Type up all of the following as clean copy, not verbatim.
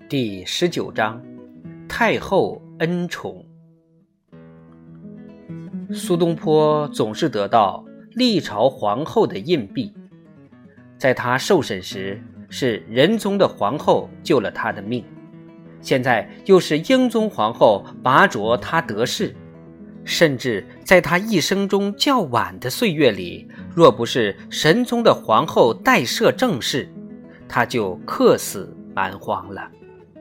第19章太后恩宠。苏东坡总是得到历朝皇后的印币，在他受审时是仁宗的皇后救了他的命，现在又是英宗皇后拔擢他得势，甚至在他一生中较晚的岁月里，若不是神宗的皇后代摄政事，他就客死蛮荒了。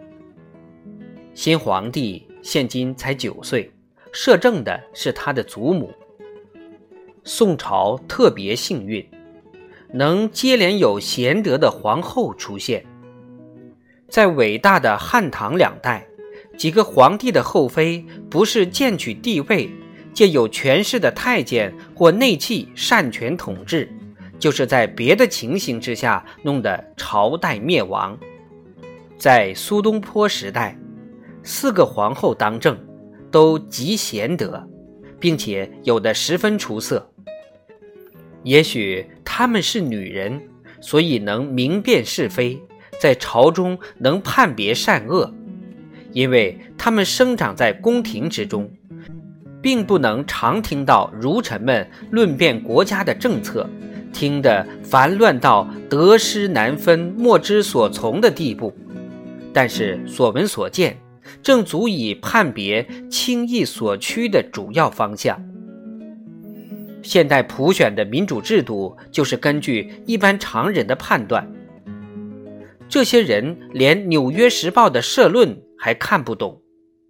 新皇帝现今才9岁，摄政的是他的祖母。宋朝特别幸运，能接连有贤德的皇后出现。在伟大的汉唐两代，几个皇帝的后妃不是荐取帝位，借有权势的太监或内戚擅权统治，就是在别的情形之下弄得朝代灭亡。在苏东坡时代，4个皇后当政都极贤德，并且有的十分出色。也许她们是女人，所以能明辨是非，在朝中能判别善恶，因为她们生长在宫廷之中，并不能常听到儒臣们论辩国家的政策，听得烦乱到得失难分、莫之所从的地步。但是所闻所见正足以判别轻易所趋的主要方向。现代普选的民主制度就是根据一般常人的判断，这些人连《纽约时报》的社论还看不懂。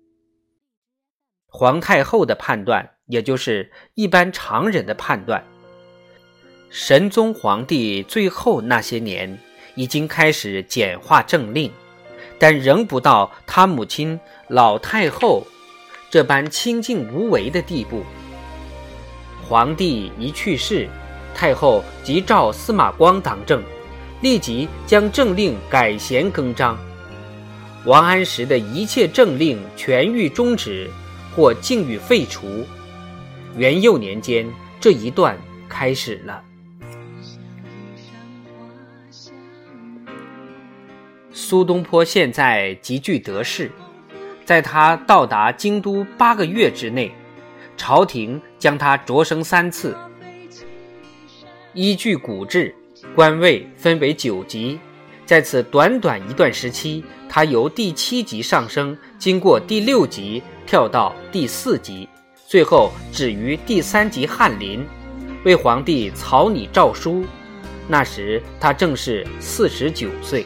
皇太后的判断也就是一般常人的判断。神宗皇帝最后那些年已经开始简化政令，但仍不到他母亲老太后这般清静无为的地步。皇帝一去世，太后即召司马光当政，立即将政令改弦更张。王安石的一切政令全予终止，或竟予废除。元佑年间，这一段开始了。苏东坡现在极具得势，在他到达京都8个月之内，朝廷将他擢升3次。依据古制，官位分为9级，在此短短一段时期，他由第7级上升，经过第6级跳到第4级，最后止于第3级翰林，为皇帝草拟诏书。那时他正是49岁。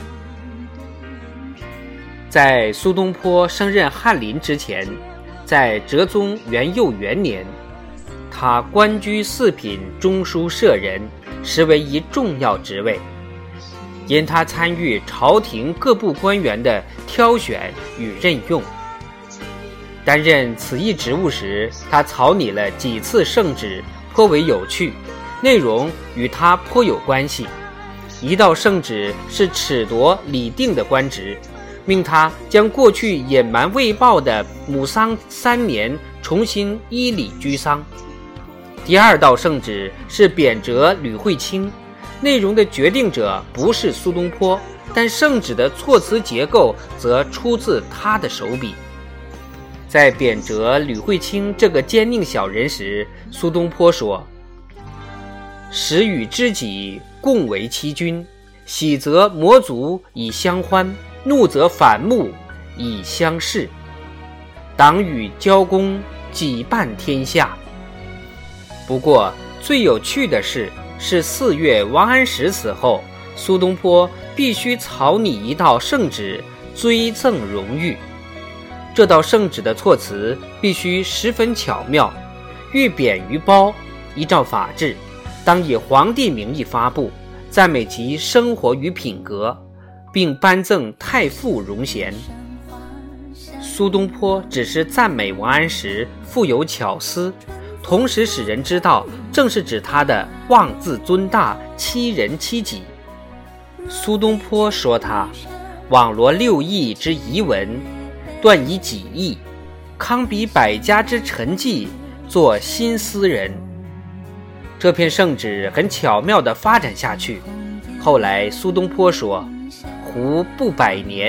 在苏东坡升任翰林之前，在哲宗元佑元年，他官居4品中书舍人，实为一重要职位。因他参与朝廷各部官员的挑选与任用，担任此一职务时，他草拟了几次圣旨，颇为有趣，内容与他颇有关系。一道圣旨是褫夺李定的官职，命他将过去隐瞒未报的母丧3年重新依礼居丧。第2道圣旨是贬谪吕惠卿，内容的决定者不是苏东坡，但圣旨的措辞结构则出自他的手笔。在贬谪吕惠卿这个奸佞小人时，苏东坡说：时与知己共为欺君，喜则摩足以相欢，怒则反目以相视，党与交公几半天下。不过最有趣的是4月王安石死后，苏东坡必须草拟一道圣旨追赠荣誉。这道圣旨的措辞必须十分巧妙，欲贬于褒，依照法制，当以皇帝名义发布，赞美其生活与品格，并颁赠太傅荣衔。苏东坡只是赞美王安石富有巧思，同时使人知道正是指他的妄自尊大，欺人欺己。苏东坡说他网罗6艺之遗文，断以己意，康比100家之陈迹，作新思人。这篇圣旨很巧妙地发展下去。后来苏东坡说：胡不100年，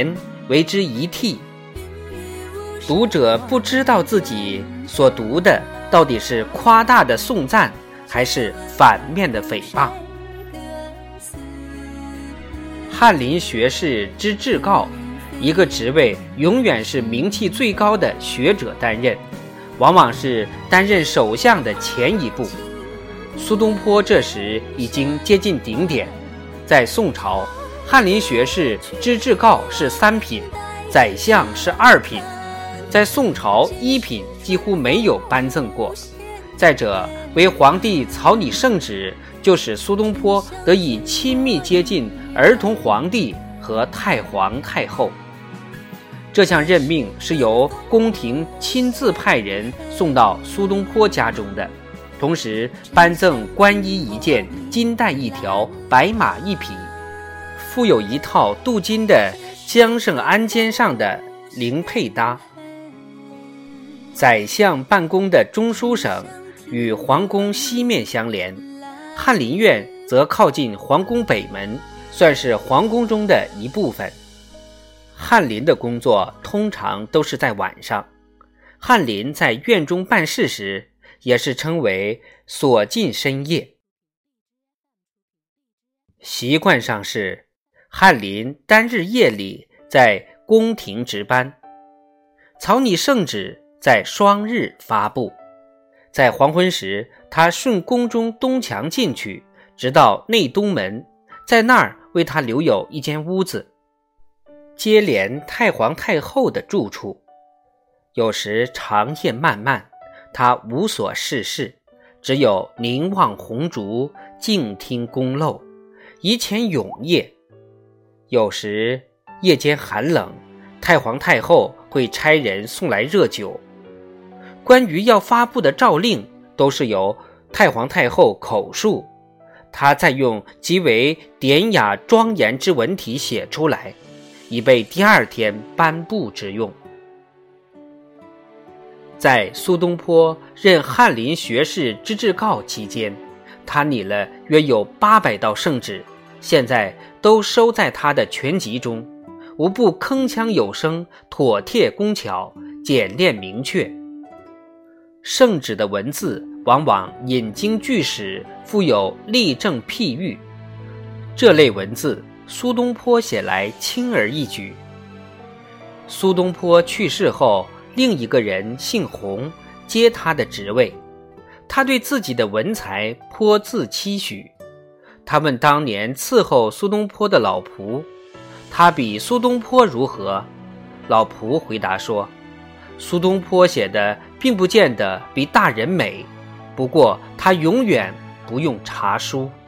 为之一替。读者不知道自己所读的到底是夸大的颂赞，还是反面的诽谤。翰林学士之至高，一个职位永远是名气最高的学者担任，往往是担任首相的前一步。苏东坡这时已经接近顶点。在宋朝，翰林学士之至高是3品，宰相是2品。在宋朝，1品几乎没有颁赠过。再者，为皇帝草拟圣旨，就使苏东坡得以亲密接近儿童皇帝和太皇太后。这项任命是由宫廷亲自派人送到苏东坡家中的，同时颁赠官衣1件、金带1条、白马1匹，附有一套镀金的江圣鞍肩上的绫佩搭。宰相办公的中书省与皇宫西面相连，翰林院则靠近皇宫北门，算是皇宫中的一部分。翰林的工作通常都是在晚上，翰林在院中办事时，也是称为锁进深夜。习惯上是翰林单日夜里在宫廷值班，草拟圣旨在双日发布。在黄昏时，他顺宫中东墙进去，直到内东门，在那儿为他留有一间屋子，接连太皇太后的住处。有时长夜漫漫，他无所事事，只有凝望红烛，静听宫漏，以遣永夜。有时夜间寒冷，太皇太后会差人送来热酒。关于要发布的诏令，都是由太皇太后口述，她再用极为典雅庄严之文体写出来，以备第2天颁布之用。在苏东坡任翰林学士之至高期间，他拟了约有800道圣旨，现在都收在他的全集中，无不铿锵有声，妥帖工巧，简练明确。圣旨的文字往往引经据史，富有例证譬喻，这类文字苏东坡写来轻而易举。苏东坡去世后，另一个人姓洪，接他的职位。他对自己的文才颇自期许。他问当年伺候苏东坡的老仆，他比苏东坡如何？老仆回答说，苏东坡写的并不见得比大人美，不过他永远不用查书。